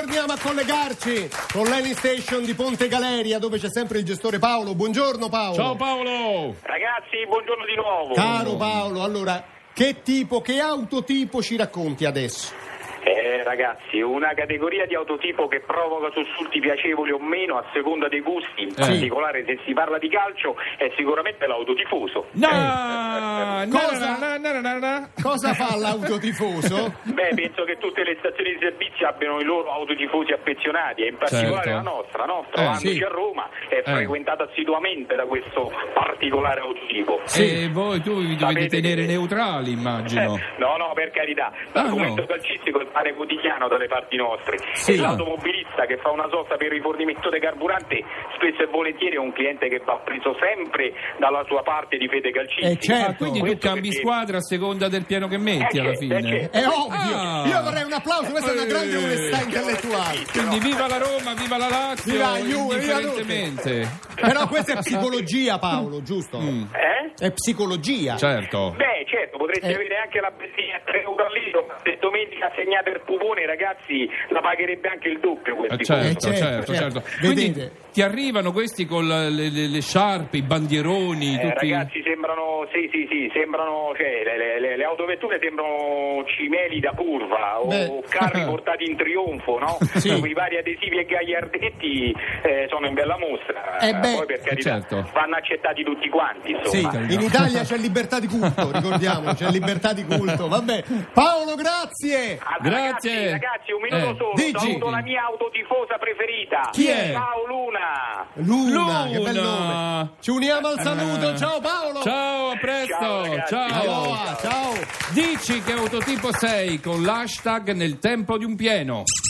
torniamo a collegarci con l'Eni Station di Ponte Galeria, dove c'è sempre il gestore Paolo. Buongiorno Paolo. Ciao Paolo. Ragazzi, buongiorno di nuovo. Caro Paolo, allora, che autotipo ci racconti adesso? Ragazzi, una categoria di autotipo che provoca sussulti piacevoli o meno a seconda dei gusti, in particolare se si parla di calcio, è sicuramente l'autotifoso. Cosa fa l'autotifoso? Beh, penso che tutte le stazioni di servizio abbiano i loro autotifosi affezionati, e in particolare la nostra, trovandoci a Roma, è frequentata assiduamente da questo particolare autotipo. E voi vi dovete tenere neutrali, immagino. No, per carità, l'argomento calcistico è il pane quotidiano dalle parti nostre, e l'automobilista che fa una sosta per il rifornimento di carburante spesso e volentieri è un cliente che va preso sempre dalla sua parte di fede calcistica. Certo. Quindi tu cambi squadra a seconda del piano che metti alla fine. È ovvio. Io vorrei un applauso, questa è una grande onestà intellettuale. Quindi viva la Roma, viva la Lazio, viva la Juve, indifferentemente. Però questa è psicologia, Paolo, giusto? È psicologia. Certo. Beh, certo, potresti avere anche la benzina a 3 euro al litro, ma se domenica segnate il pupone, ragazzi, la pagherebbe anche il doppio questi Certo. Quindi ti arrivano questi con le sciarpe, i bandieroni, tutti... Ragazzi, sembrano, sembrano, le autovetture sembrano cimeli da curva o carri portati in trionfo, no? I vari adesivi e gagliardetti sono in bella mostra. Poi per carità vanno accettati tutti quanti, insomma. In Italia c'è libertà di culto, ricordiamo, c'è libertà di culto. Vabbè, Paolo, grazie. Grazie. Ragazzi, un minuto solo. Saluto la mia autotifosa preferita. Chi è? Ciao Luna. Luna, che bel nome. Ci uniamo al saluto. Ciao Paolo. Ciao, a presto. Ciao. Dici che autotipo sei con l'hashtag nel tempo di un pieno.